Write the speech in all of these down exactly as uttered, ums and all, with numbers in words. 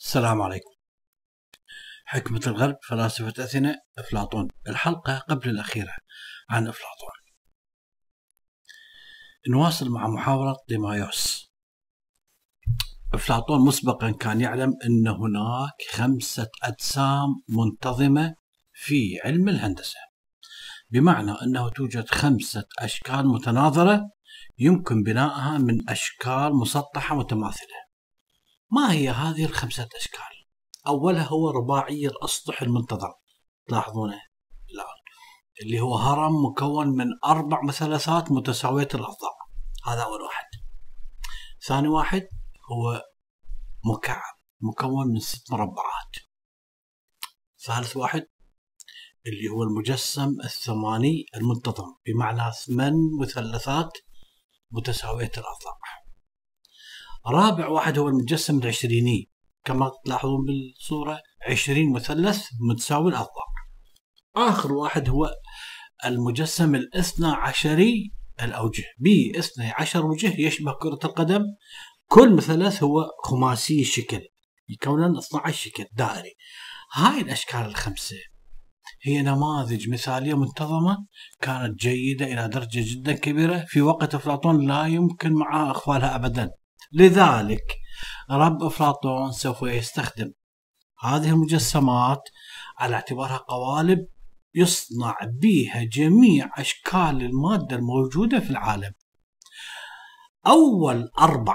السلام عليكم. حكمة الغرب فلاسفة أثينا أفلاطون. الحلقة قبل الأخيرة عن أفلاطون. نواصل مع محاورة ديمايوس. أفلاطون مسبقا كان يعلم أن هناك خمسة أجسام منتظمة في علم الهندسة، بمعنى أنه توجد خمسة أشكال متناظرة يمكن بنائها من أشكال مسطحة متماثلة. ما هي هذه الخمسة أشكال؟ أولها هو رباعي الأسطح المنتظم، تلاحظونه الآن، اللي هو هرم مكون من أربع مثلثات متساوية الأضلاع. هذا أول واحد. ثاني واحد هو مكعب مكون من ست مربعات. ثالث واحد اللي هو المجسم الثماني المنتظم، بمعنى ثمان مثلثات متساوية الأضلاع. رابع واحد هو المجسم العشريني، كما تلاحظون بالصورة عشرين مثلث متساوي الأضلاع. آخر واحد هو المجسم الاثنى عشري الأوجه، به اثني عشر وجه يشبه كرة القدم. كل مثلث هو خماسي الشكل، يكون اثني عشر شكل دائري. هاي الأشكال الخمسة هي نماذج مثالية منتظمة كانت جيدة إلى درجة جدا كبيرة. في وقت أفلاطون لا يمكن معها إغفالها أبدا. لذلك رب أفلاطون سوف يستخدم هذه المجسمات على اعتبارها قوالب يصنع بها جميع أشكال المادة الموجودة في العالم. أول أربع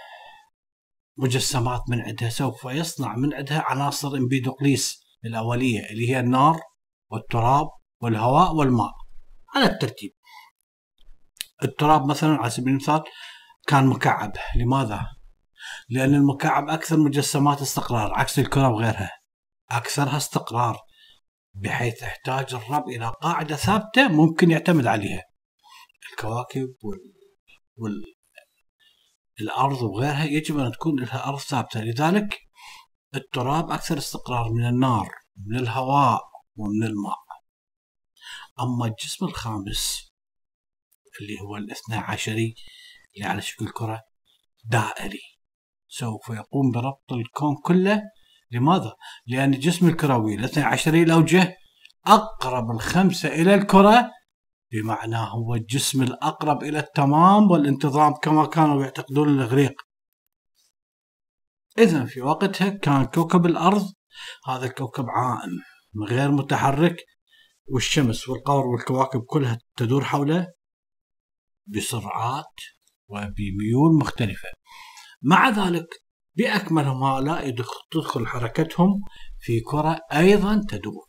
مجسمات من عندها سوف يصنع من عندها عناصر امبيدوقليس الأولية، اللي هي النار والتراب والهواء والماء على الترتيب. التراب مثلا على سبيل المثال كان مكعب. لماذا؟ لأن المكعب أكثر مجسمات استقرار، عكس الكرة وغيرها أكثرها استقرار، بحيث يحتاج الرب إلى قاعدة ثابتة ممكن يعتمد عليها. الكواكب وال... وال... الأرض وغيرها يجب أن تكون لها أرض ثابتة. لذلك التراب أكثر استقرار من النار، من الهواء ومن الماء. أما الجسم الخامس اللي هو الاثنى عشري اللي على شكل كرة دائري، سوف يقوم بربط الكون كله. لماذا؟ لأن الجسم الكروي الاثنى عشري الأوجه أقرب الخمسة إلى الكرة، بمعنى هو الجسم الأقرب إلى التمام والانتظام كما كانوا يعتقدون الإغريق. إذن في وقتها كان كوكب الأرض هذا الكوكب عائم غير متحرك، والشمس والقمر والكواكب كلها تدور حوله بسرعات وبميول مختلفة. مع ذلك بأكملهم هؤلاء تدخل حركتهم في كرة أيضا تدور.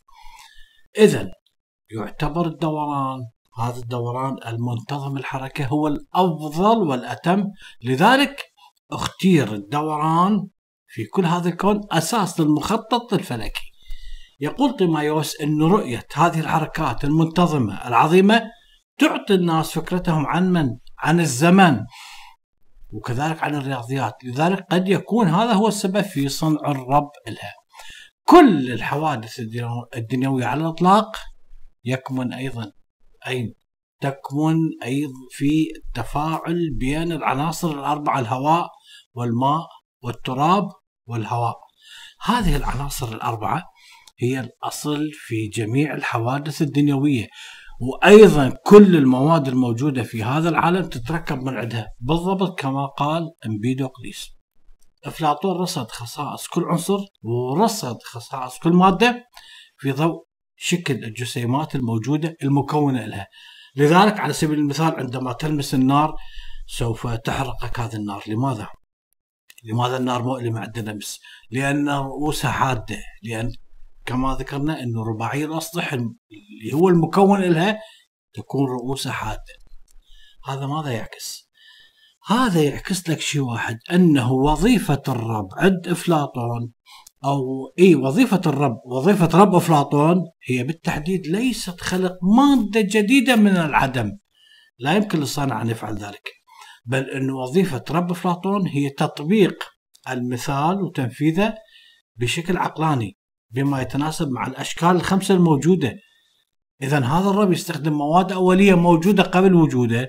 إذن يعتبر الدوران، هذا الدوران المنتظم الحركة، هو الأفضل والأتم. لذلك اختير الدوران في كل هذا الكون أساس للمخطط الفلكي. يقول ديمايوس أن رؤية هذه الحركات المنتظمة العظيمة تعطي الناس فكرتهم عن من؟ عن الزمن، وكذلك عن الرياضيات. لذلك قد يكون هذا هو السبب في صنع الرب لها. كل الحوادث الدنيوية على الإطلاق يكمن أيضا أين؟ تكمن أيضا في التفاعل بين العناصر الأربعة، الهواء والماء والتراب والهواء. هذه العناصر الأربعة هي الأصل في جميع الحوادث الدنيوية، وأيضا كل المواد الموجودة في هذا العالم تتركب من عندها، بالضبط كما قال امبيدوقليس. أفلاطون رصد خصائص كل عنصر ورصد خصائص كل مادة في ضوء شكل الجسيمات الموجودة المكونة لها. لذلك على سبيل المثال عندما تلمس النار سوف تحرقك هذه النار. لماذا؟ لماذا النار مؤلمة عند اللمس؟ لأن رؤوسها حادة، لأن كما ذكرنا أن رباعي الأسطح اللي هو المكون لها تكون رؤوسها حادة. هذا ماذا يعكس؟ هذا يعكس لك شيء واحد، أنه وظيفة الرب عند أفلاطون، أو إيه وظيفة الرب، وظيفة رب أفلاطون هي بالتحديد ليست خلق مادة جديدة من العدم، لا يمكن للصانع أن يفعل ذلك، بل أن وظيفة رب أفلاطون هي تطبيق المثال وتنفيذه بشكل عقلاني بما يتناسب مع الأشكال الخمسة الموجودة. إذن هذا الرب يستخدم مواد أولية موجودة قبل وجوده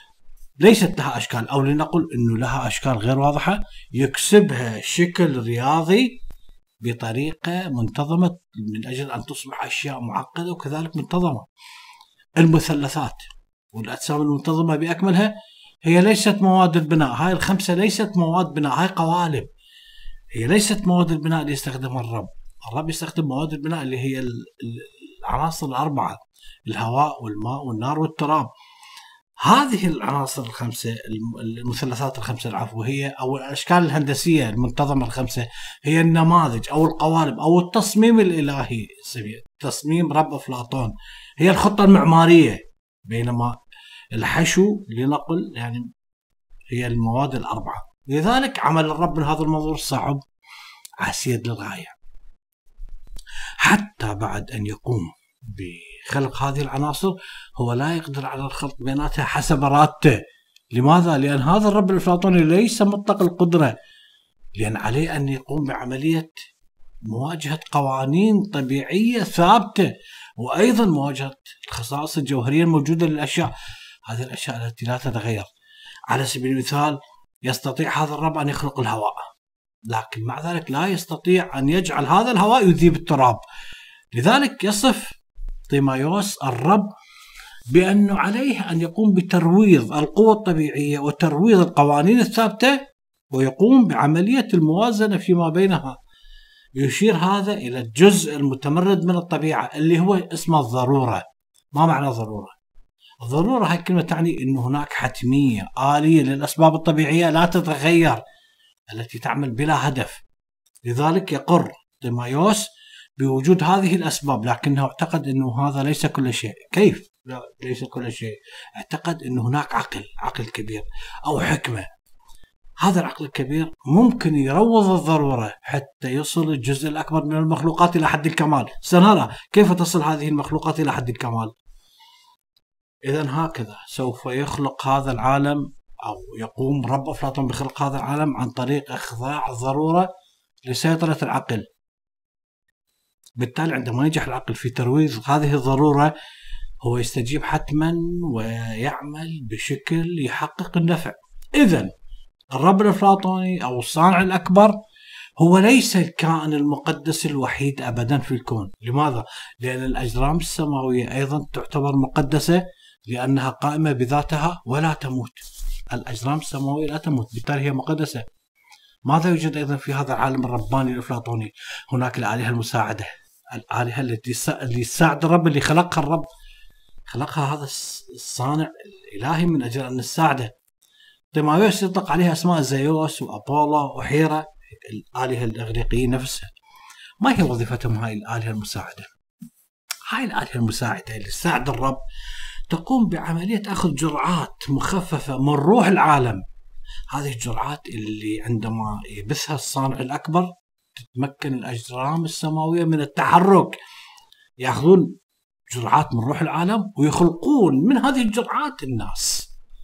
ليست لها أشكال، أو لنقل أنه لها أشكال غير واضحة، يكسبها شكل رياضي بطريقة منتظمة من أجل أن تصبح أشياء معقدة وكذلك منتظمة. المثلثات والأجسام المنتظمة بأكملها هي ليست مواد البناء، هاي الخمسة ليست مواد بناء، هاي قوالب، هي ليست مواد البناء اللي يستخدمها الرب. الرب يستخدم مواد البناء اللي هي العناصر الأربعة، الهواء والماء والنار والتراب. هذه العناصر الخمسة، المثلثات الخمسة العفو، هي أو الأشكال الهندسية المنتظمة الخمسة هي النماذج أو القوالب أو التصميم الإلهي، تصميم رب أفلاطون، هي الخطة المعمارية. بينما الحشو لنقل يعني هي المواد الأربعة. لذلك عمل الرب من هذا المنظور صعب عسير للغاية، حتى بعد أن يقوم بخلق هذه العناصر هو لا يقدر على الخلق بيناتها حسب إرادته. لماذا؟ لأن هذا الرب الأفلاطوني ليس مطلق القدرة، لأن عليه أن يقوم بعملية مواجهة قوانين طبيعية ثابتة، وأيضا مواجهة الخصائص الجوهرية الموجودة للأشياء، هذه الأشياء التي لا تتغير. على سبيل المثال يستطيع هذا الرب أن يخلق الهواء، لكن مع ذلك لا يستطيع أن يجعل هذا الهواء يذيب التراب. لذلك يصف طيمايوس الرب بأنه عليه أن يقوم بترويض القوى الطبيعية وترويض القوانين الثابتة، ويقوم بعملية الموازنة فيما بينها. يشير هذا إلى الجزء المتمرد من الطبيعة اللي هو اسمه الضرورة. ما معنى ضرورة؟ الضرورة هاي الكلمة تعني أن هناك حتمية آلية للأسباب الطبيعية لا تتغير، التي تعمل بلا هدف. لذلك يقر طيمايوس بوجود هذه الأسباب، لكنه اعتقد أنه هذا ليس كل شيء. كيف؟ لا ليس كل شيء، اعتقد أن هناك عقل، عقل كبير أو حكمة. هذا العقل الكبير ممكن يروض الضرورة حتى يصل الجزء الأكبر من المخلوقات إلى حد الكمال. سنرى كيف تصل هذه المخلوقات إلى حد الكمال. إذن هكذا سوف يخلق هذا العالم، أو يقوم رب أفلاطون بخلق هذا العالم عن طريق إخضاع الضرورة لسيطرة العقل. بالتالي عندما ينجح العقل في ترويض هذه الضرورة هو يستجيب حتما ويعمل بشكل يحقق النفع. إذن الرب الأفلاطوني أو الصانع الأكبر هو ليس الكائن المقدس الوحيد أبدا في الكون. لماذا؟ لأن الأجرام السماوية أيضا تعتبر مقدسة لأنها قائمة بذاتها ولا تموت. الأجرام السماوية لا تموت، بالتالي هي مقدسة. ماذا يوجد أيضا في هذا العالم الرباني الأفلاطوني؟ هناك الآلهة المساعدة، الآلهة التي اللي تساعد الرب، اللي خلقها الرب، خلقها هذا الصانع الإلهي من أجل أن نساعده. طيمايوس يطلق عليها أسماء زيوس وأبولا وحيرة، الآلهة الإغريقيين نفسها. ما هي وظيفتهم هاي الآلهة المساعدة؟ هاي الآلهة المساعدة اللي تساعد الرب تقوم بعملية أخذ جرعات مخففة من روح العالم. هذه الجرعات اللي عندما يبثها الصانع الأكبر تتمكن الأجرام السماوية من التحرك. يأخذون جرعات من روح العالم ويخلقون من هذه الجرعات الناس.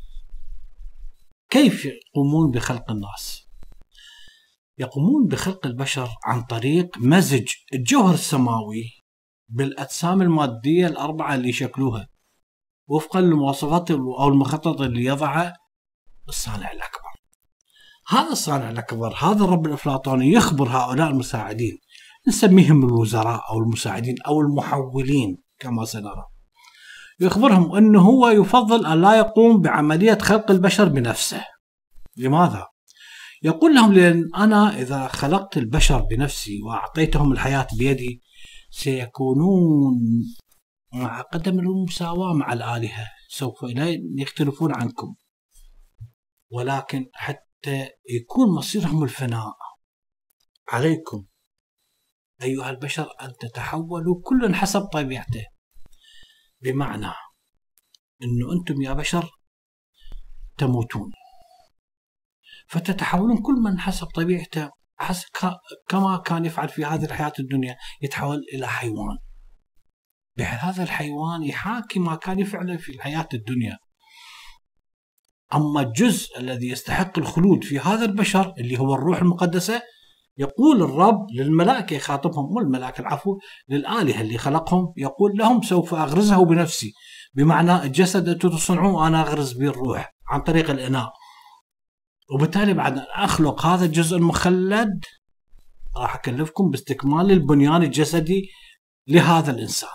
كيف يقومون بخلق الناس؟ يقومون بخلق البشر عن طريق مزج الجوهر السماوي بالأجسام المادية الأربعة اللي يشكلوها وفقا للمواصفات أو المخطط اللي يضعها الصانع الأكبر. هذا الصانع الأكبر، هذا الرب الأفلاطوني، يخبر هؤلاء المساعدين، نسميهم الوزراء أو المساعدين أو المحولين كما سنرى، يخبرهم أنه هو يفضل أن لا يقوم بعملية خلق البشر بنفسه. لماذا؟ يقول لهم لأن أنا إذا خلقت البشر بنفسي وأعطيتهم الحياة بيدي سيكونون مع قدم المساواة مع الآلهة، سوف لا يختلفون عنكم، ولكن حتى يكون مصيرهم الفناء عليكم أيها البشر أن تتحولوا كل حسب طبيعته. بمعنى أنه أنتم يا بشر تموتون فتتحولون كل من حسب طبيعته، حسب كما كان يفعل في هذه الحياة الدنيا، يتحول إلى حيوان، بحيث هذا الحيوان يحاكي ما كان يفعله في الحياة الدنيا. أما الجزء الذي يستحق الخلود في هذا البشر اللي هو الروح المقدسة، يقول الرب للملائكة، يخاطبهم، مو الملائكة العفو، للآلهة اللي خلقهم، يقول لهم سوف أغرزه بنفسي. بمعنى الجسد أنتم تصنعوه أنا أغرز به الروح عن طريق الإناء، وبالتالي بعد أن أخلق هذا الجزء المخلد راح أكلفكم باستكمال البنيان الجسدي لهذا الإنسان.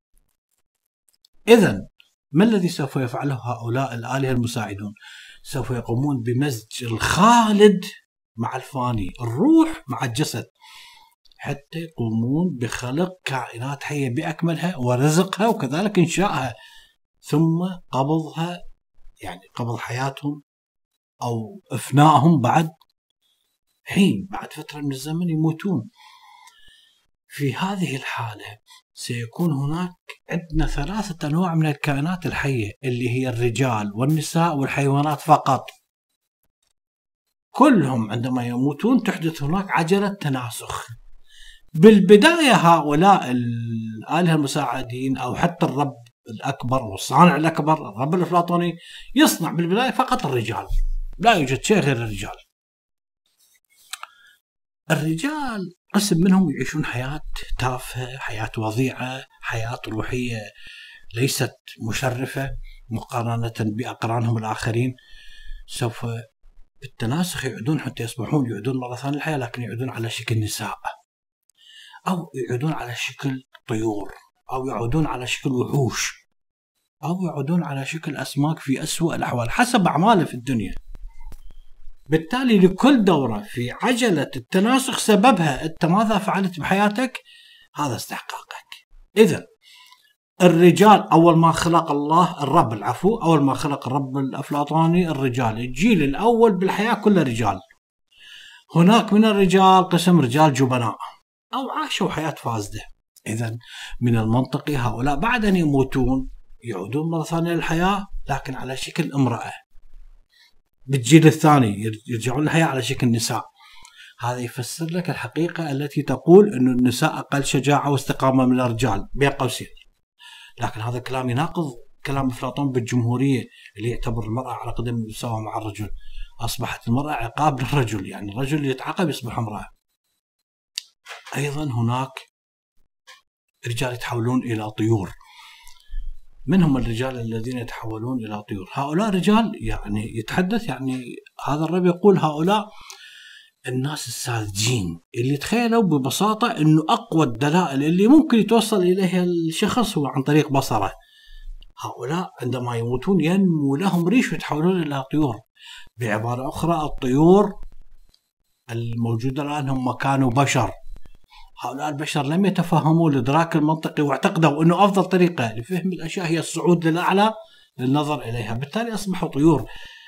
إذن ما الذي سوف يفعله هؤلاء الآلهة المساعدون؟ سوف يقومون بمزج الخالد مع الفاني، الروح مع الجسد، حتى يقومون بخلق كائنات حية بأكملها ورزقها وكذلك إنشائها، ثم قبضها، يعني قبض حياتهم أو إفنائهم بعد حين، بعد فترة من الزمن يموتون. في هذه الحالة سيكون هناك عندنا ثلاثة أنواع من الكائنات الحية، اللي هي الرجال والنساء والحيوانات فقط. كلهم عندما يموتون تحدث هناك عجلة تناسخ. بالبداية هؤلاء الآلهة المساعدين أو حتى الرب الأكبر والصانع الأكبر الرب الأفلاطوني يصنع بالبداية فقط الرجال، لا يوجد شيء غير الرجال. الرجال قسم منهم يعيشون حياة تافهة، حياة وضيعة، حياة روحية ليست مشرفة مقارنة بأقرانهم الآخرين. سوف بالتناسخ يعودون حتى يصبحون يعودون مرة ثانية الحياة، لكن يعودون على شكل نساء، أو يعودون على شكل طيور، أو يعودون على شكل وحوش، أو يعودون على شكل أسماك في أسوأ الأحوال حسب أعماله في الدنيا. بالتالي لكل دورة في عجلة التناسخ سببها أنت ماذا فعلت بحياتك، هذا استحقاقك. إذن الرجال أول ما خلق الله الرب العفو أول ما خلق الرب الأفلاطوني الرجال، الجيل الأول بالحياة كله رجال. هناك من الرجال قسم رجال جبناء أو عاشوا حياة فاسدة. إذن من المنطقي هؤلاء بعد أن يموتون يعودون مرة ثانية للحياة، لكن على شكل امرأة. بالجيل الثاني يرجعون للحياة على شكل نساء. هذا يفسر لك الحقيقة التي تقول أن النساء أقل شجاعة واستقامة من الرجال بين قوسين. لكن هذا كلام يناقض كلام أفلاطون بالجمهورية اللي يعتبر المرأة على قدم المساواة مع الرجل. أصبحت المرأة عقاب للرجل، يعني الرجل يتعاقب يصبح امرأة. أيضا هناك رجال يتحولون إلى طيور. من هم الرجال الذين يتحولون إلى طيور؟ هؤلاء رجال يعني يتحدث، يعني هذا الرب يقول هؤلاء الناس الساذجين اللي تخيلوا ببساطة أنه أقوى الدلائل اللي ممكن يتوصل إليها الشخص هو عن طريق بصره. هؤلاء عندما يموتون ينمو لهم ريش ويتحولون إلى طيور. بعبارة أخرى الطيور الموجودة الآن هم كانوا بشر. هؤلاء البشر لم يتفهموا الإدراك المنطقي واعتقدوا أنه أفضل طريقة لفهم الأشياء هي الصعود للأعلى للنظر إليها، بالتالي أصبحوا طيور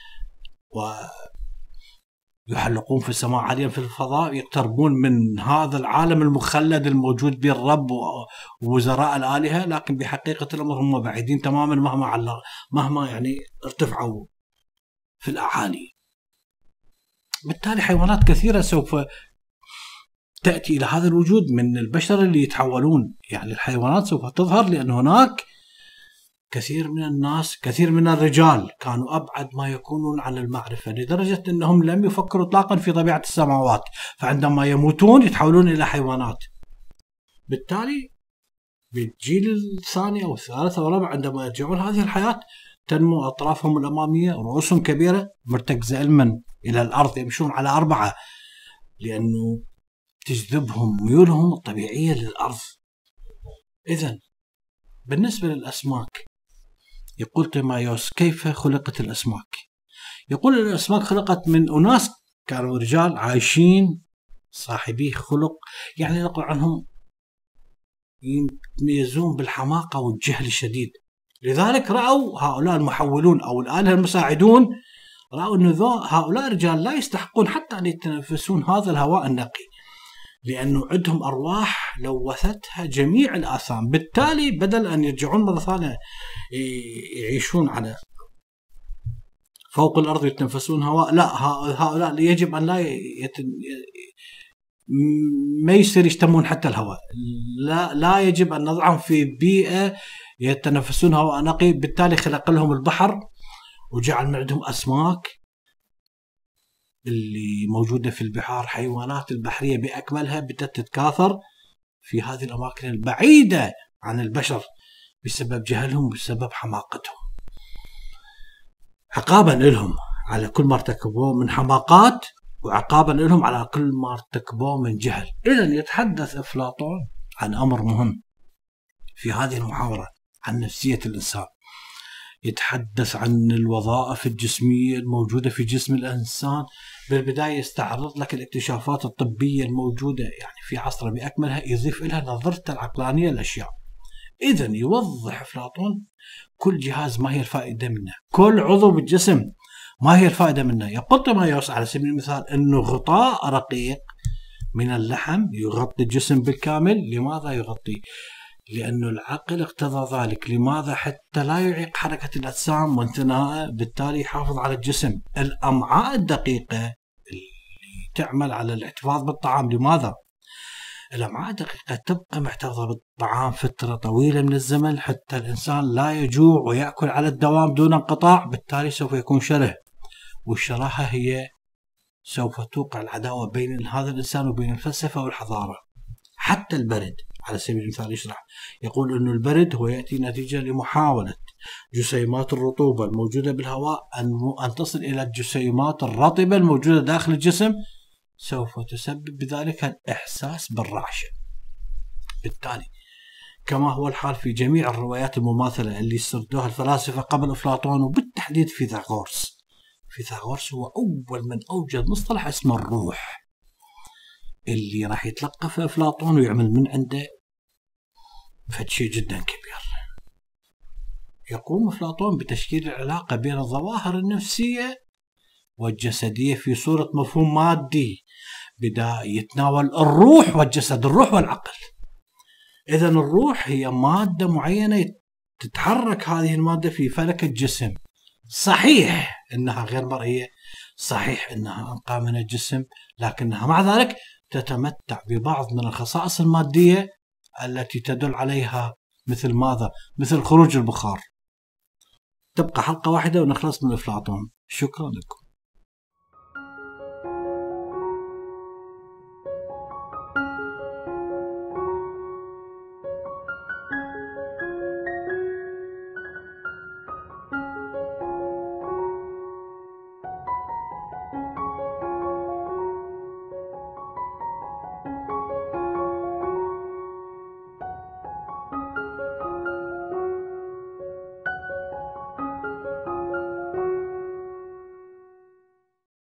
ويحلقون في السماء عاليا في الفضاء، يقتربون من هذا العالم المخلد الموجود به الرب ووزراء الآلهة، لكن بحقيقة الأمر هم بعيدين تماما مهما علق مهما يعني ارتفعوا في الأعالي. بالتالي حيوانات كثيرة سوف تأتي إلى هذا الوجود من البشر اللي يتحولون، يعني الحيوانات سوف تظهر، لأن هناك كثير من الناس كثير من الرجال كانوا أبعد ما يكونون عن المعرفة، لدرجة أنهم لم يفكروا إطلاقا في طبيعة السماوات، فعندما يموتون يتحولون إلى حيوانات. بالتالي بالجيل الثاني أو الثالث أو الرابع عندما يرجعون هذه الحياة تنمو أطرافهم الأمامية، رؤوسهم كبيرة مرتكزة علما إلى الأرض، يمشون على أربعة لأنه تجذبهم ميولهم الطبيعية للأرض. إذن بالنسبة للأسماك يقول تيمايوس كيف خلقت الأسماك؟ يقول الأسماك خلقت من أناس كانوا رجال عايشين صاحبي خلق، يعني نقول عنهم يتميزون بالحماقة والجهل الشديد. لذلك رأوا هؤلاء المحولون أو الآلهة المساعدون رأوا أن هؤلاء الرجال لا يستحقون حتى أن يتنفسون هذا الهواء النقي، لأنه عندهم أرواح لوثتها جميع الآثام. بالتالي بدل أن يرجعون مرة ثانية يعيشون على فوق الأرض يتنفسون هواء، لا، هؤلاء يجب أن لا يتن... ما يصير يشتمون حتى الهواء، لا لا يجب أن نضعهم في بيئة يتنفسون هواء نقي. بالتالي خلق لهم البحر وجعل من عندهم أسماك اللي موجودة في البحار، حيوانات البحرية بأكملها بدأت تتكاثر في هذه الأماكن البعيدة عن البشر بسبب جهلهم وبسبب حماقتهم. عقابا لهم على كل ما ارتكبوه من حماقات وعقابا لهم على كل ما ارتكبوه من جهل. إذن يتحدث أفلاطون عن أمر مهم في هذه المحاورة، عن نفسية الإنسان. يتحدث عن الوظائف الجسمية الموجودة في جسم الإنسان. بالبداية يستعرض لك الاكتشافات الطبية الموجودة يعني في عصره بأكملها، يضيف لها نظرته العقلانية للأشياء. إذن يوضح أفلاطون كل جهاز ما هي الفائدة منه، كل عضو بالجسم ما هي الفائدة منه. يقول تيمايوس على سبيل المثال أنه غطاء رقيق من اللحم يغطي الجسم بالكامل. لماذا يغطي؟ لأن العقل اقتضى ذلك. لماذا؟ حتى لا يعيق حركة الأجسام وانثنائها، بالتالي يحافظ على الجسم. الأمعاء الدقيقة اللي تعمل على الاحتفاظ بالطعام، لماذا؟ الأمعاء الدقيقة تبقى محتفظة بالطعام فترة طويلة من الزمن حتى الإنسان لا يجوع ويأكل على الدوام دون انقطاع، بالتالي سوف يكون شره، والشراهة هي سوف توقع العداوة بين هذا الإنسان وبين الفلسفة والحضارة. حتى البرد على سبيل المثال يشرح، يقول أن البرد هو يأتي نتيجة لمحاولة جسيمات الرطوبة الموجودة بالهواء أن تصل إلى الجسيمات الرطبة الموجودة داخل الجسم، سوف تسبب بذلك الإحساس بالرعشة. بالتالي كما هو الحال في جميع الروايات المماثلة اللي استردوها الفلاسفة قبل أفلاطون، وبالتحديد فيثاغورس. فيثاغورس هو أول من أوجد مصطلح اسمه الروح، اللي راح يتلقفه أفلاطون ويعمل من عنده فد شيء جدا كبير. يقوم أفلاطون بتشكيل العلاقة بين الظواهر النفسية والجسدية في صورة مفهوم مادي بدأ يتناول الروح والجسد، الروح والعقل. إذن الروح هي مادة معينة تتحرك هذه المادة في فلك الجسم. صحيح أنها غير مرئية، صحيح أنها أنقى من الجسم، لكنها مع ذلك تتمتع ببعض من الخصائص المادية التي تدل عليها، مثل ماذا؟ مثل خروج البخار. تبقى حلقة واحدة ونخلص من أفلاطون. شكرا لكم.